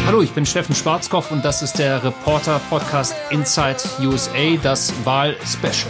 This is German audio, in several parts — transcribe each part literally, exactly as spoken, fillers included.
Hallo, ich bin Steffen Schwarzkopf und das ist der Reporter-Podcast Inside U S A, das Wahl-Special.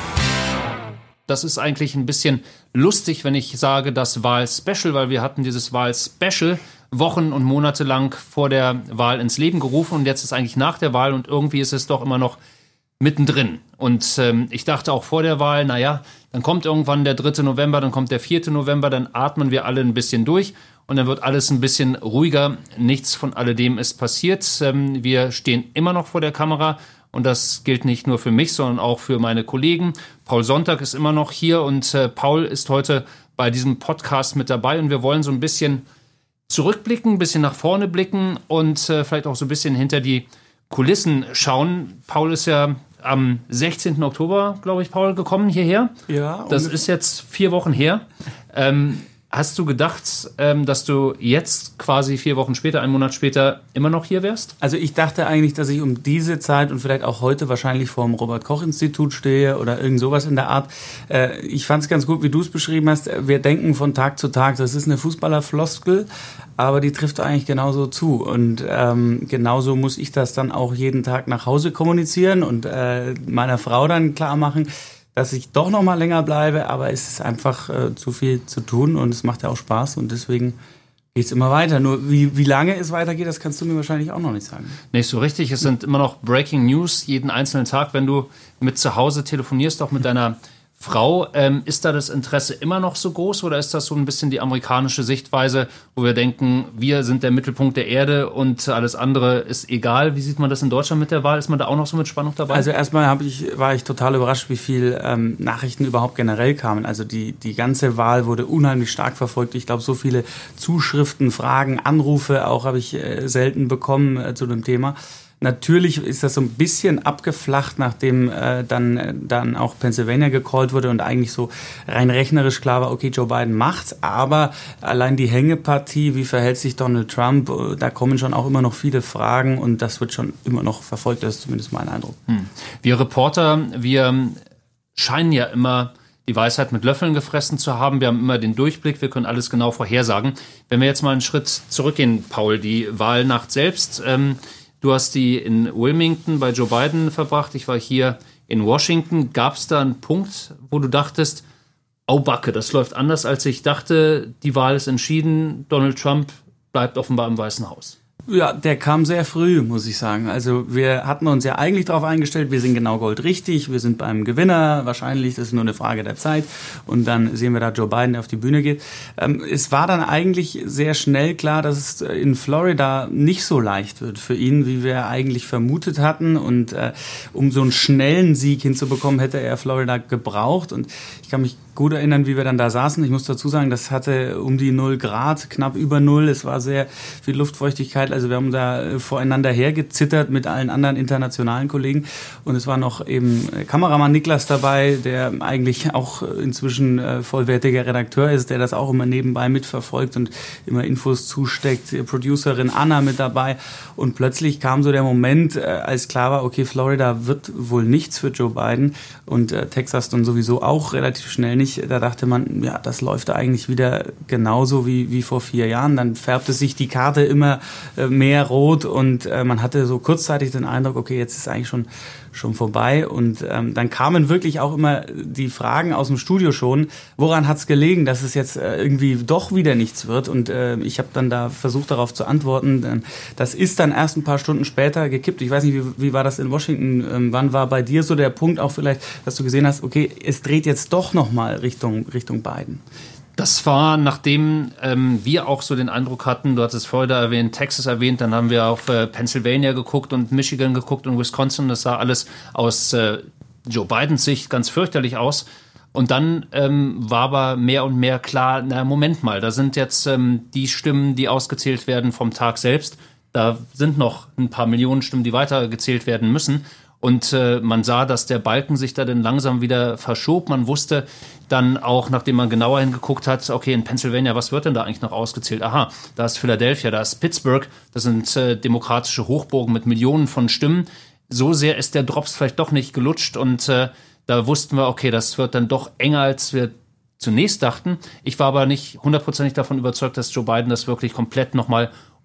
Das ist eigentlich ein bisschen lustig, wenn ich sage, das Wahl-Special, weil wir hatten dieses Wahl-Special Wochen und Monate lang vor der Wahl ins Leben gerufen und jetzt ist eigentlich nach der Wahl und irgendwie ist es doch immer noch mittendrin. Und ähm, ich dachte auch vor der Wahl, naja, dann kommt irgendwann der dritte November, dann kommt der vierte November, dann atmen wir alle ein bisschen durch und dann wird alles ein bisschen ruhiger. Nichts von alledem ist passiert. Ähm, wir stehen immer noch vor der Kamera und das gilt nicht nur für mich, sondern auch für meine Kollegen. Paul Sonntag ist immer noch hier und äh, Paul ist heute bei diesem Podcast mit dabei und wir wollen so ein bisschen zurückblicken, ein bisschen nach vorne blicken und äh, vielleicht auch so ein bisschen hinter die Kulissen schauen. Paul ist ja am sechzehnten Oktober, glaube ich, Paul, gekommen hierher. Ja. Das ist jetzt vier Wochen her. Ähm, hast du gedacht, ähm, dass du jetzt quasi vier Wochen später, einen Monat später immer noch hier wärst? Also ich dachte eigentlich, dass ich um diese Zeit und vielleicht auch heute wahrscheinlich vor dem Robert-Koch-Institut stehe oder irgend sowas in der Art. Äh, ich fand es ganz gut, wie du es beschrieben hast. Wir denken von Tag zu Tag, das ist eine Fußballerfloskel, aber die trifft eigentlich genauso zu. Und ähm, genauso muss ich das dann auch jeden Tag nach Hause kommunizieren und äh, meiner Frau dann klar machen, dass ich doch noch mal länger bleibe, aber es ist einfach äh, zu viel zu tun und es macht ja auch Spaß und deswegen geht es immer weiter. Nur wie, wie lange es weitergeht, das kannst du mir wahrscheinlich auch noch nicht sagen. Nicht so richtig. Es sind immer noch Breaking News jeden einzelnen Tag, wenn du mit zu Hause telefonierst, auch mit deiner Frau. Ähm, ist da das Interesse immer noch so groß oder ist das so ein bisschen die amerikanische Sichtweise, wo wir denken, wir sind der Mittelpunkt der Erde und alles andere ist egal? Wie sieht man das in Deutschland mit der Wahl? Ist man da auch noch so mit Spannung dabei? Also erstmal hab ich, war ich total überrascht, wie viel ähm, Nachrichten überhaupt generell kamen. Also die, die ganze Wahl wurde unheimlich stark verfolgt. Ich glaube, so viele Zuschriften, Fragen, Anrufe auch habe ich äh, selten bekommen äh, zu dem Thema. Natürlich ist das so ein bisschen abgeflacht, nachdem äh, dann, äh, dann auch Pennsylvania gecallt wurde und eigentlich so rein rechnerisch klar war, okay, Joe Biden macht's, aber allein die Hängepartie, wie verhält sich Donald Trump, äh, da kommen schon auch immer noch viele Fragen und das wird schon immer noch verfolgt, das ist zumindest mein Eindruck. Hm. Wir Reporter, wir scheinen ja immer die Weisheit mit Löffeln gefressen zu haben. Wir haben immer den Durchblick, wir können alles genau vorhersagen. Wenn wir jetzt mal einen Schritt zurückgehen, Paul, die Wahlnacht selbst, ähm, du hast die in Wilmington bei Joe Biden verbracht. Ich war hier in Washington. Gab es da einen Punkt, wo du dachtest, oh Backe, das läuft anders, als ich dachte. Die Wahl ist entschieden. Donald Trump bleibt offenbar im Weißen Haus. Ja, der kam sehr früh, muss ich sagen. Also wir hatten uns ja eigentlich darauf eingestellt, wir sind genau goldrichtig, wir sind beim Gewinner, wahrscheinlich, das ist nur eine Frage der Zeit. Und dann sehen wir da Joe Biden, der auf die Bühne geht. Ähm, es war dann eigentlich sehr schnell klar, dass es in Florida nicht so leicht wird für ihn, wie wir eigentlich vermutet hatten. Und äh, um so einen schnellen Sieg hinzubekommen, hätte er Florida gebraucht. Und ich kann mich gut erinnern, wie wir dann da saßen. Ich muss dazu sagen, das hatte um die null Grad, knapp über null. Es war sehr viel Luftfeuchtigkeit. Also wir haben da voreinander hergezittert mit allen anderen internationalen Kollegen. Und es war noch eben Kameramann Niklas dabei, der eigentlich auch inzwischen vollwertiger Redakteur ist, der das auch immer nebenbei mitverfolgt und immer Infos zusteckt. Die Producerin Anna mit dabei. Und plötzlich kam so der Moment, als klar war, okay, Florida wird wohl nichts für Joe Biden und Texas dann sowieso auch relativ schnell nicht. Da dachte man, ja, das läuft eigentlich wieder genauso wie, wie vor vier Jahren. Dann färbte sich die Karte immer äh, mehr rot und äh, man hatte so kurzzeitig den Eindruck, okay, jetzt ist eigentlich schon, schon vorbei. Und ähm, dann kamen wirklich auch immer die Fragen aus dem Studio schon, woran hat es gelegen, dass es jetzt äh, irgendwie doch wieder nichts wird? Und äh, ich habe dann da versucht, darauf zu antworten. Das ist dann erst ein paar Stunden später gekippt. Ich weiß nicht, wie, wie war das in Washington? Ähm, wann war bei dir so der Punkt auch vielleicht, dass du gesehen hast, okay, es dreht jetzt doch nochmal Richtung, Richtung Biden? Das war, nachdem ähm, wir auch so den Eindruck hatten, du hattest Florida erwähnt, Texas erwähnt, dann haben wir auf äh, Pennsylvania geguckt und Michigan geguckt und Wisconsin. Das sah alles aus äh, Joe Bidens Sicht ganz fürchterlich aus. Und dann ähm, war aber mehr und mehr klar, na Moment mal, da sind jetzt ähm, die Stimmen, die ausgezählt werden vom Tag selbst. Da sind noch ein paar Millionen Stimmen, die weiter gezählt werden müssen. Und äh, man sah, dass der Balken sich da dann langsam wieder verschob. Man wusste dann auch, nachdem man genauer hingeguckt hat, okay, in Pennsylvania, was wird denn da eigentlich noch ausgezählt? Aha, da ist Philadelphia, da ist Pittsburgh, das sind äh, demokratische Hochburgen mit Millionen von Stimmen. So sehr ist der Drops vielleicht doch nicht gelutscht und äh, da wussten wir, okay, das wird dann doch enger, als wir zunächst dachten. Ich war aber nicht hundertprozentig davon überzeugt, dass Joe Biden das wirklich komplett nochmal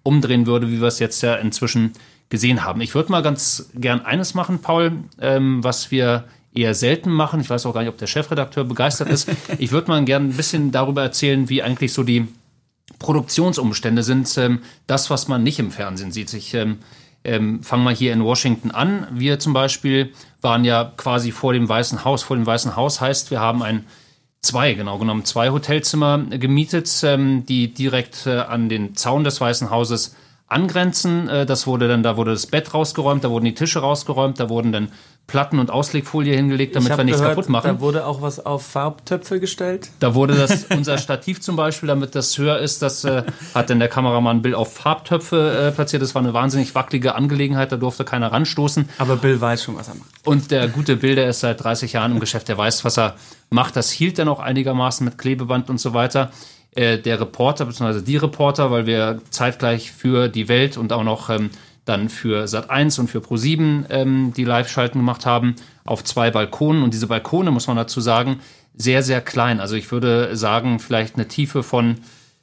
umdrehen würde, wie wir es jetzt ja inzwischen gesehen haben. Ich würde mal ganz gern eines machen, Paul, ähm, was wir eher selten machen. Ich weiß auch gar nicht, ob der Chefredakteur begeistert ist. Ich würde mal gern ein bisschen darüber erzählen, wie eigentlich so die Produktionsumstände sind, ähm, das, was man nicht im Fernsehen sieht. Ich ähm, ähm, fange mal hier in Washington an. Wir zum Beispiel waren ja quasi vor dem Weißen Haus. Vor dem Weißen Haus heißt, wir haben ein Zwei, genau genommen, zwei Hotelzimmer gemietet, ähm, die direkt äh, an den Zaun des Weißen Hauses angrenzen. Äh, das wurde dann, da wurde das Bett rausgeräumt, da wurden die Tische rausgeräumt, da wurden dann Platten und Auslegfolie hingelegt, damit wir nichts gehört, kaputt machen. Da wurde auch was auf Farbtöpfe gestellt. Da wurde das, unser Stativ zum Beispiel, damit das höher ist, das äh, hat dann der Kameramann Bill auf Farbtöpfe äh, platziert. Das war eine wahnsinnig wackelige Angelegenheit, da durfte keiner ranstoßen. Aber Bill weiß schon, was er macht. Und der gute Bill, der ist seit dreißig Jahren im Geschäft, der weiß, was er macht. Das hielt dann auch einigermaßen mit Klebeband und so weiter. Äh, der Reporter, beziehungsweise die Reporter, weil wir zeitgleich für die Welt und auch noch ähm, dann für Sat eins und für ProSieben ähm, die Live-Schalten gemacht haben, auf zwei Balkonen. Und diese Balkone, muss man dazu sagen, sehr, sehr klein. Also ich würde sagen, vielleicht eine Tiefe von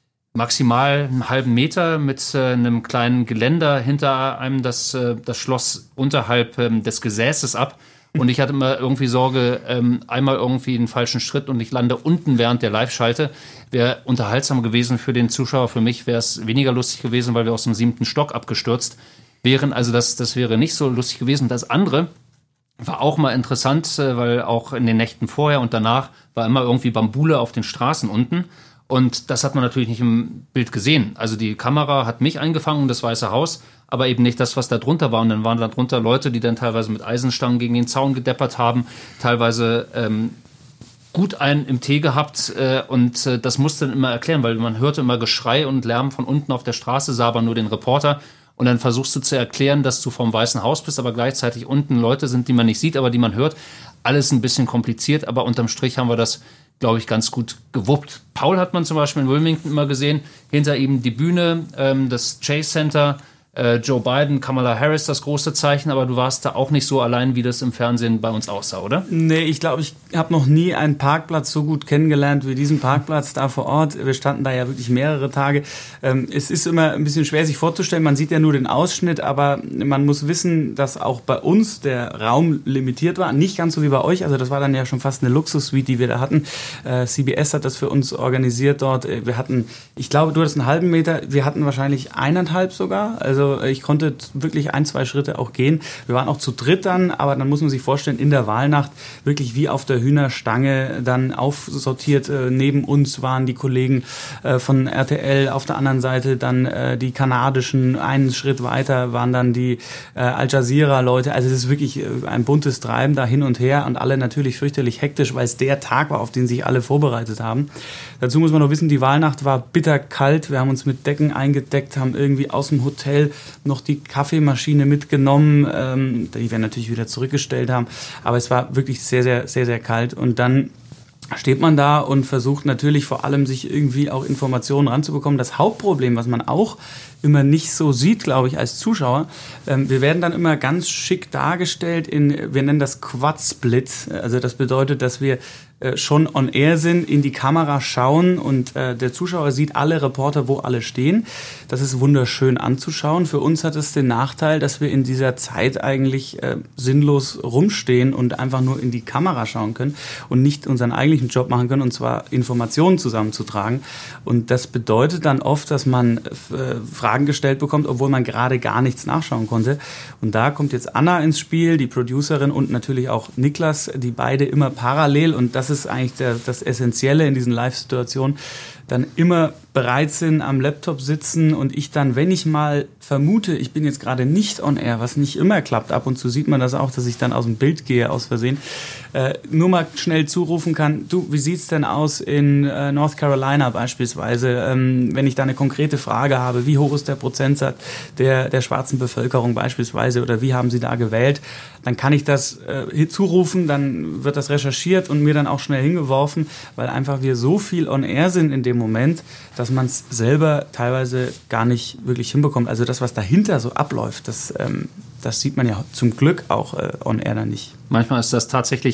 maximal einen halben Meter mit äh, einem kleinen Geländer hinter einem, das, äh, das Schloss unterhalb ähm, des Gesäßes ab. Und ich hatte immer irgendwie Sorge, ähm, einmal irgendwie einen falschen Schritt und ich lande unten während der Live-Schalte. Wäre unterhaltsam gewesen für den Zuschauer. Für mich wäre es weniger lustig gewesen, weil wir aus dem siebten Stock abgestürzt wären. Also das, das wäre nicht so lustig gewesen. Das andere war auch mal interessant, weil auch in den Nächten vorher und danach war immer irgendwie Bambule auf den Straßen unten. Und das hat man natürlich nicht im Bild gesehen. Also die Kamera hat mich eingefangen, das Weiße Haus, aber eben nicht das, was da drunter war. Und dann waren da drunter Leute, die dann teilweise mit Eisenstangen gegen den Zaun gedeppert haben, teilweise ähm, gut einen im Tee gehabt. Äh, und äh, das musste dann immer erklären, weil man hörte immer Geschrei und Lärm von unten auf der Straße, sah aber nur den Reporter. Und dann versuchst du zu erklären, dass du vom Weißen Haus bist, aber gleichzeitig unten Leute sind, die man nicht sieht, aber die man hört. Alles ein bisschen kompliziert, aber unterm Strich haben wir das, glaube ich, ganz gut gewuppt. Paul hat man zum Beispiel in Wilmington immer gesehen, hinter ihm die Bühne, ähm, das Chase Center, äh, Joe Biden, Kamala Harris, das große Zeichen, aber du warst da auch nicht so allein, wie das im Fernsehen bei uns aussah, oder? Nee, ich glaube, ich habe noch nie einen Parkplatz so gut kennengelernt wie diesen Parkplatz da vor Ort. Wir standen da ja wirklich mehrere Tage. Ähm, es ist immer ein bisschen schwer, sich vorzustellen. Man sieht ja nur den Ausschnitt, aber man muss wissen, dass auch bei uns der Raum limitiert war. Nicht ganz so wie bei euch. Also das war dann ja schon fast eine Luxussuite, die wir da hatten. Äh, C B S hat das für uns organisiert dort. Wir hatten, ich glaube, du hattest einen halben Meter. Wir hatten wahrscheinlich eineinhalb sogar. Also ich konnte wirklich ein, zwei Schritte auch gehen. Wir waren auch zu dritt dann, aber dann muss man sich vorstellen, in der Wahlnacht wirklich wie auf der Hühnerstange dann aufsortiert. Äh, neben uns waren die Kollegen äh, von R T L, auf der anderen Seite dann äh, die kanadischen, einen Schritt weiter waren dann die äh, Al Jazeera-Leute. Also es ist wirklich äh, ein buntes Treiben da hin und her und alle natürlich fürchterlich hektisch, weil es der Tag war, auf den sich alle vorbereitet haben. Dazu muss man noch wissen, die Wahlnacht war bitterkalt. Wir haben uns mit Decken eingedeckt, haben irgendwie aus dem Hotel noch die Kaffeemaschine mitgenommen, ähm, die wir natürlich wieder zurückgestellt haben. Aber es war wirklich sehr, sehr, sehr, sehr kalt. Und dann steht man da und versucht natürlich vor allem, sich irgendwie auch Informationen ranzubekommen. Das Hauptproblem, was man auch immer nicht so sieht, glaube ich, als Zuschauer, ähm, wir werden dann immer ganz schick dargestellt in, wir nennen das Quad-Split. Also das bedeutet, dass wir äh, schon on air sind, in die Kamera schauen und äh, der Zuschauer sieht alle Reporter, wo alle stehen. Das ist wunderschön anzuschauen. Für uns hat es den Nachteil, dass wir in dieser Zeit eigentlich äh, sinnlos rumstehen und einfach nur in die Kamera schauen können und nicht unseren eigentlichen Job machen können, und zwar Informationen zusammenzutragen. Und das bedeutet dann oft, dass man äh, Fragen gestellt bekommt, obwohl man gerade gar nichts nachschauen konnte. Und da kommt jetzt Anna ins Spiel, die Producerin, und natürlich auch Niklas, die beide immer parallel, und das ist eigentlich der, das Essentielle in diesen Live-Situationen, dann immer bereit sind, am Laptop sitzen und ich dann, wenn ich mal vermute, ich bin jetzt gerade nicht on air, was nicht immer klappt, ab und zu sieht man das auch, dass ich dann aus dem Bild gehe, aus Versehen, äh, nur mal schnell zurufen kann, du, wie sieht's denn aus in äh, North Carolina beispielsweise, ähm, wenn ich da eine konkrete Frage habe, wie hoch ist der Prozentsatz der, der schwarzen Bevölkerung beispielsweise oder wie haben sie da gewählt, dann kann ich das äh, zurufen, dann wird das recherchiert und mir dann auch schnell hingeworfen, weil einfach wir so viel on air sind in dem Moment, dass man es selber teilweise gar nicht wirklich hinbekommt. Also das, was dahinter so abläuft, das, ähm, das sieht man ja zum Glück auch äh, on air dann nicht. Manchmal ist das tatsächlich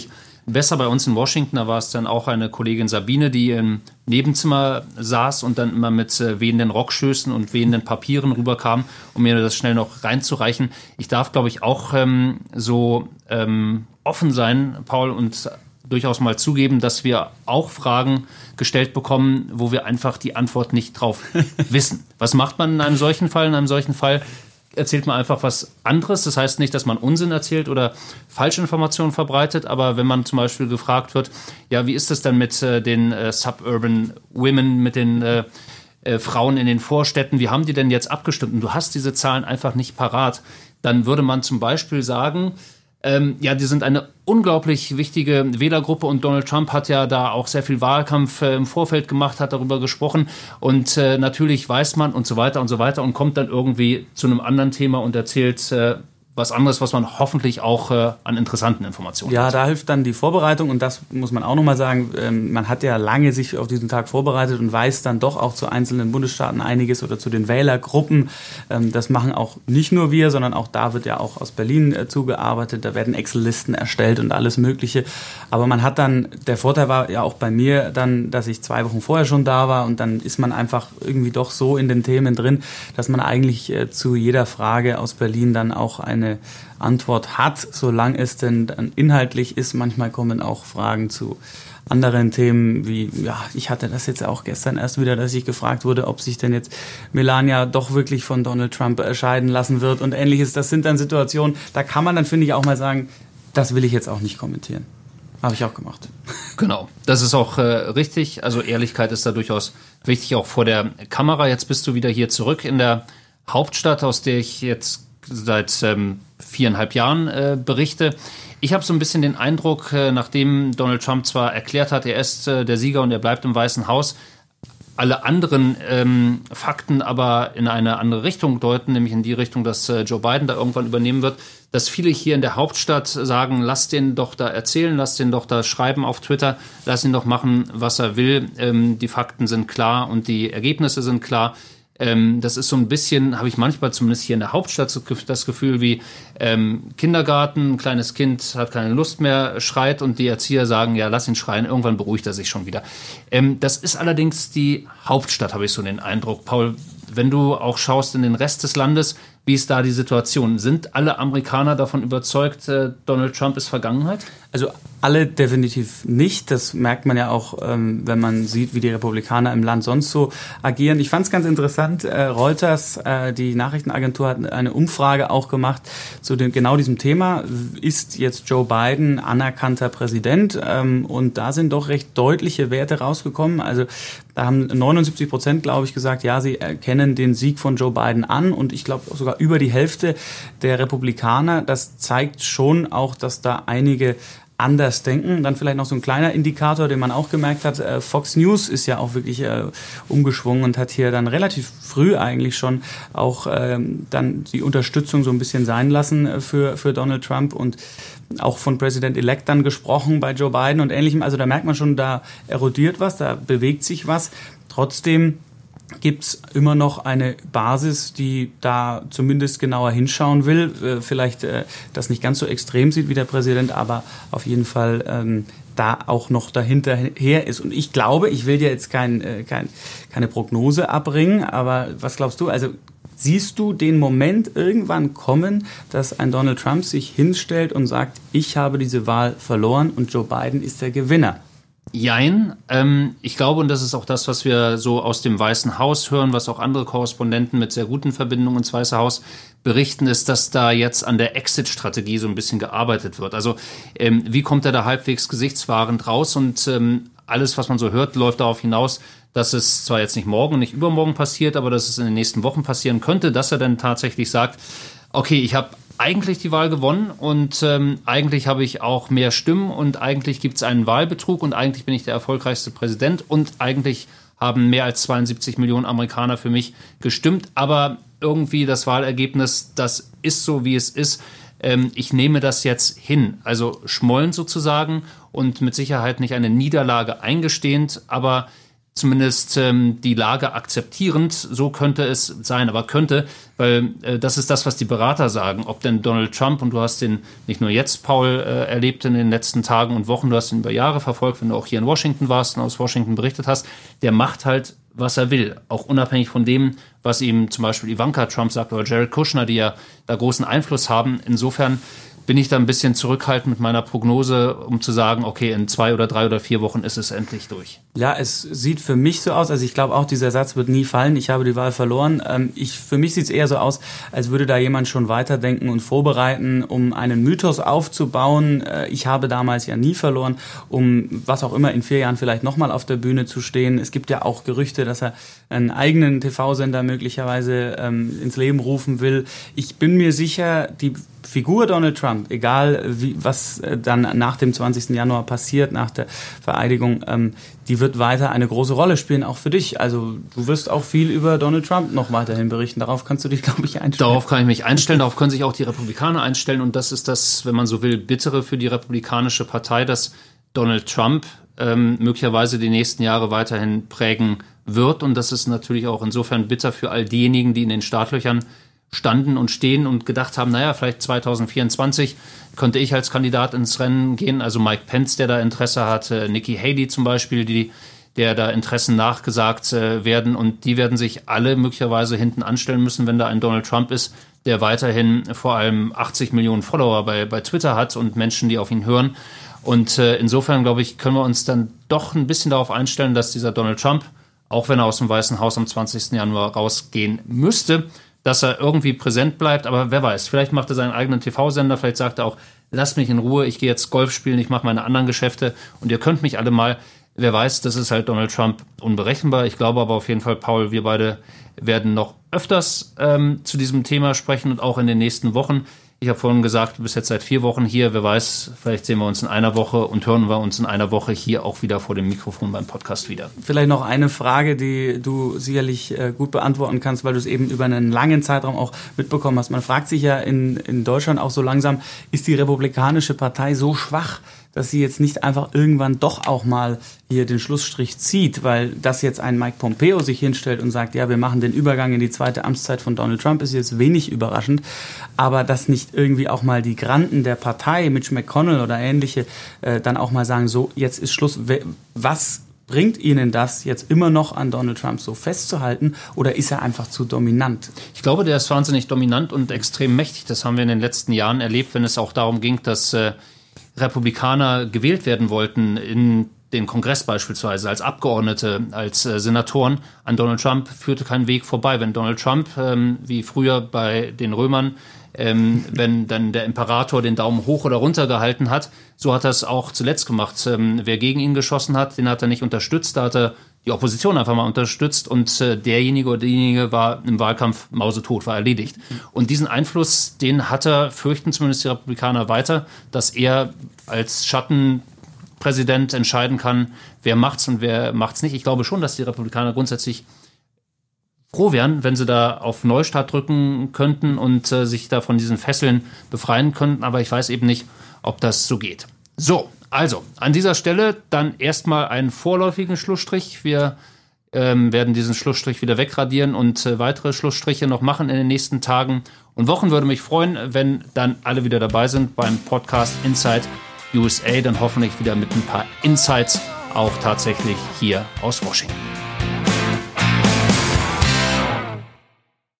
besser bei uns in Washington. Da war es dann auch eine Kollegin Sabine, die im Nebenzimmer saß und dann immer mit äh, wehenden Rockschößen und wehenden Papieren rüberkam, um mir das schnell noch reinzureichen. Ich darf, glaube ich, auch ähm, so ähm, offen sein, Paul, und durchaus mal zugeben, dass wir auch Fragen gestellt bekommen, wo wir einfach die Antwort nicht drauf wissen. Was macht man in einem solchen Fall? In einem solchen Fall erzählt man einfach was anderes. Das heißt nicht, dass man Unsinn erzählt oder Falschinformationen verbreitet, aber wenn man zum Beispiel gefragt wird, ja, wie ist das denn mit äh, den äh, Suburban Women, mit den äh, äh, Frauen in den Vorstädten, wie haben die denn jetzt abgestimmt? Und du hast diese Zahlen einfach nicht parat. Dann würde man zum Beispiel sagen, Ähm, ja, die sind eine unglaublich wichtige Wählergruppe und Donald Trump hat ja da auch sehr viel Wahlkampf äh, im Vorfeld gemacht, hat darüber gesprochen und äh, natürlich weiß man und so weiter und so weiter und kommt dann irgendwie zu einem anderen Thema und erzählt äh, was anderes, was man hoffentlich auch äh, an interessanten Informationen ja, hat. Ja, da hilft dann die Vorbereitung und das muss man auch nochmal sagen, ähm, man hat ja lange sich auf diesen Tag vorbereitet und weiß dann doch auch zu einzelnen Bundesstaaten einiges oder zu den Wählergruppen. Ähm, das machen auch nicht nur wir, sondern auch da wird ja auch aus Berlin äh, zugearbeitet, da werden Excel-Listen erstellt und alles Mögliche. Aber man hat dann, der Vorteil war ja auch bei mir dann, dass ich zwei Wochen vorher schon da war und dann ist man einfach irgendwie doch so in den Themen drin, dass man eigentlich äh, zu jeder Frage aus Berlin dann auch eine Antwort hat, solange es denn dann inhaltlich ist. Manchmal kommen auch Fragen zu anderen Themen wie, ja, ich hatte das jetzt auch gestern erst wieder, dass ich gefragt wurde, ob sich denn jetzt Melania doch wirklich von Donald Trump scheiden lassen wird und ähnliches. Das sind dann Situationen, da kann man dann, finde ich, auch mal sagen, das will ich jetzt auch nicht kommentieren. Habe ich auch gemacht. Genau, das ist auch äh, richtig. Also Ehrlichkeit ist da durchaus wichtig, auch vor der Kamera. Jetzt bist du wieder hier zurück in der Hauptstadt, aus der ich jetzt seit ähm, viereinhalb Jahren äh, berichte. Ich habe so ein bisschen den Eindruck, äh, nachdem Donald Trump zwar erklärt hat, er ist äh, der Sieger und er bleibt im Weißen Haus, alle anderen ähm, Fakten aber in eine andere Richtung deuten, nämlich in die Richtung, dass äh, Joe Biden da irgendwann übernehmen wird, dass viele hier in der Hauptstadt sagen, lass den doch da erzählen, lass den doch da schreiben auf Twitter, lass ihn doch machen, was er will. Ähm, die Fakten sind klar und die Ergebnisse sind klar. Ähm, das ist so ein bisschen, habe ich manchmal zumindest hier in der Hauptstadt so das Gefühl wie ähm, Kindergarten, ein kleines Kind hat keine Lust mehr, schreit und die Erzieher sagen, ja, lass ihn schreien, irgendwann beruhigt er sich schon wieder. Ähm, das ist allerdings die Hauptstadt, habe ich so den Eindruck. Paul, wenn du auch schaust in den Rest des Landes, wie ist da die Situation? Sind alle Amerikaner davon überzeugt, äh, Donald Trump ist Vergangenheit? Also alle definitiv nicht. Das merkt man ja auch, ähm, wenn man sieht, wie die Republikaner im Land sonst so agieren. Ich fand es ganz interessant, äh, Reuters, äh, die Nachrichtenagentur, hat eine Umfrage auch gemacht zu dem, genau diesem Thema. Ist jetzt Joe Biden anerkannter Präsident? Ähm, und da sind doch recht deutliche Werte rausgekommen. Also da haben neunundsiebzig Prozent, glaube ich, gesagt, ja, sie erkennen den Sieg von Joe Biden an. Und ich glaube sogar über die Hälfte der Republikaner. Das zeigt schon auch, dass da einige anders denken. Dann vielleicht noch so ein kleiner Indikator, den man auch gemerkt hat. Fox News ist ja auch wirklich äh, umgeschwungen und hat hier dann relativ früh eigentlich schon auch ähm, dann die Unterstützung so ein bisschen sein lassen für, für Donald Trump und auch von President-elect dann gesprochen bei Joe Biden und Ähnlichem. Also da merkt man schon, da erodiert was, da bewegt sich was. Trotzdem gibt's immer noch eine Basis, die da zumindest genauer hinschauen will, äh, vielleicht äh, das nicht ganz so extrem sieht wie der Präsident, aber auf jeden Fall ähm, da auch noch dahinter her ist. Und ich glaube, ich will dir jetzt kein, äh, kein, keine Prognose abbringen, aber was glaubst du? Also siehst du den Moment irgendwann kommen, dass ein Donald Trump sich hinstellt und sagt, ich habe diese Wahl verloren und Joe Biden ist der Gewinner? Jein. Ähm, ich glaube, und das ist auch das, was wir so aus dem Weißen Haus hören, was auch andere Korrespondenten mit sehr guten Verbindungen ins Weiße Haus berichten, ist, dass da jetzt an der Exit-Strategie so ein bisschen gearbeitet wird. Also ähm, wie kommt er da halbwegs gesichtswahrend raus? Und ähm, alles, was man so hört, läuft darauf hinaus, dass es zwar jetzt nicht morgen, nicht übermorgen passiert, aber dass es in den nächsten Wochen passieren könnte, dass er dann tatsächlich sagt, okay, ich habe eigentlich die Wahl gewonnen und ähm, eigentlich habe ich auch mehr Stimmen und eigentlich gibt es einen Wahlbetrug und eigentlich bin ich der erfolgreichste Präsident und eigentlich haben mehr als zweiundsiebzig Millionen Amerikaner für mich gestimmt, aber irgendwie das Wahlergebnis, das ist so, wie es ist. Ähm, ich nehme das jetzt hin, also schmollen sozusagen und mit Sicherheit nicht eine Niederlage eingestehend, aber zumindest ähm, die Lage akzeptierend. So könnte es sein, aber könnte, weil äh, das ist das, was die Berater sagen. Ob denn Donald Trump, und du hast den nicht nur jetzt, Paul, äh, erlebt in den letzten Tagen und Wochen, du hast ihn über Jahre verfolgt, wenn du auch hier in Washington warst und aus Washington berichtet hast, der macht halt, was er will. Auch unabhängig von dem, was ihm zum Beispiel Ivanka Trump sagt oder Jared Kushner, die ja da großen Einfluss haben. Insofern bin ich da ein bisschen zurückhaltend mit meiner Prognose, um zu sagen, okay, in zwei oder drei oder vier Wochen ist es endlich durch. Ja, es sieht für mich so aus, also ich glaube auch, dieser Satz wird nie fallen, ich habe die Wahl verloren. Ähm, ich, für mich sieht es eher so aus, als würde da jemand schon weiterdenken und vorbereiten, um einen Mythos aufzubauen. Äh, ich habe damals ja nie verloren, um was auch immer in vier Jahren vielleicht nochmal auf der Bühne zu stehen. Es gibt ja auch Gerüchte, dass er einen eigenen T V-Sender möglicherweise ähm, ins Leben rufen will. Ich bin mir sicher, die Figur Donald Trump, egal wie, was dann nach dem zwanzigsten Januar passiert, nach der Vereidigung, ähm, die wird weiter eine große Rolle spielen, auch für dich. Also du wirst auch viel über Donald Trump noch weiterhin berichten. Darauf kannst du dich, glaube ich, einstellen. Darauf kann ich mich einstellen, darauf können sich auch die Republikaner einstellen. Und das ist das, wenn man so will, Bittere für die Republikanische Partei, dass Donald Trump ähm, möglicherweise die nächsten Jahre weiterhin prägen wird. Und das ist natürlich auch insofern bitter für all diejenigen, die in den Startlöchern standen und stehen und gedacht haben, naja, vielleicht zwanzig vierundzwanzig könnte ich als Kandidat ins Rennen gehen. Also Mike Pence, der da Interesse hat, äh, Nikki Haley zum Beispiel, die, der da Interessen nachgesagt äh, werden. Und die werden sich alle möglicherweise hinten anstellen müssen, wenn da ein Donald Trump ist, der weiterhin vor allem achtzig Millionen Follower bei, bei Twitter hat und Menschen, die auf ihn hören. Und äh, insofern, glaube ich, können wir uns dann doch ein bisschen darauf einstellen, dass dieser Donald Trump, auch wenn er aus dem Weißen Haus am zwanzigsten Januar rausgehen müsste, dass er irgendwie präsent bleibt, aber wer weiß, vielleicht macht er seinen eigenen T V-Sender, vielleicht sagt er auch, lasst mich in Ruhe, ich gehe jetzt Golf spielen, ich mache meine anderen Geschäfte und ihr könnt mich alle mal, wer weiß, das ist halt Donald Trump unberechenbar. Ich glaube aber auf jeden Fall, Paul, wir beide werden noch öfters ähm, zu diesem Thema sprechen und auch in den nächsten Wochen. Ich habe vorhin gesagt, du bist jetzt seit vier Wochen hier. Wer weiß, vielleicht sehen wir uns in einer Woche und hören wir uns in einer Woche hier auch wieder vor dem Mikrofon beim Podcast wieder. Vielleicht noch eine Frage, die du sicherlich äh, gut beantworten kannst, weil du es eben über einen langen Zeitraum auch mitbekommen hast. Man fragt sich ja in, in Deutschland auch so langsam, ist die Republikanische Partei so schwach, dass sie jetzt nicht einfach irgendwann doch auch mal hier den Schlussstrich zieht, weil dass jetzt ein Mike Pompeo sich hinstellt und sagt, ja, wir machen den Übergang in die zweite Amtszeit von Donald Trump, ist jetzt wenig überraschend, aber dass nicht irgendwie auch mal die Granden der Partei, Mitch McConnell oder ähnliche, äh, dann auch mal sagen, so, jetzt ist Schluss, was bringt Ihnen das, jetzt immer noch an Donald Trump so festzuhalten, oder ist er einfach zu dominant? Ich glaube, der ist wahnsinnig dominant und extrem mächtig. Das haben wir in den letzten Jahren erlebt, wenn es auch darum ging, dass äh, Republikaner gewählt werden wollten in den Kongress beispielsweise als Abgeordnete, als äh, Senatoren. An Donald Trump führte kein Weg vorbei. Wenn Donald Trump, ähm, wie früher bei den Römern, ähm, wenn dann der Imperator den Daumen hoch oder runter gehalten hat, so hat er es auch zuletzt gemacht. Ähm, wer gegen ihn geschossen hat, den hat er nicht unterstützt, da hat er die Opposition einfach mal unterstützt und äh, derjenige oder diejenige war im Wahlkampf mausetot, war erledigt. Und diesen Einfluss, den hat er, fürchten zumindest die Republikaner weiter, dass er als Schattenpräsident entscheiden kann, wer macht's und wer macht's nicht. Ich glaube schon, dass die Republikaner grundsätzlich froh wären, wenn sie da auf Neustart drücken könnten und äh, sich da von diesen Fesseln befreien könnten. Aber ich weiß eben nicht, ob das so geht. So, also an dieser Stelle dann erstmal einen vorläufigen Schlussstrich. Wir ähm, werden diesen Schlussstrich wieder wegradieren und äh, weitere Schlussstriche noch machen in den nächsten Tagen und Wochen. Würde mich freuen, wenn dann alle wieder dabei sind beim Podcast Inside U S A. Dann hoffentlich wieder mit ein paar Insights auch tatsächlich hier aus Washington.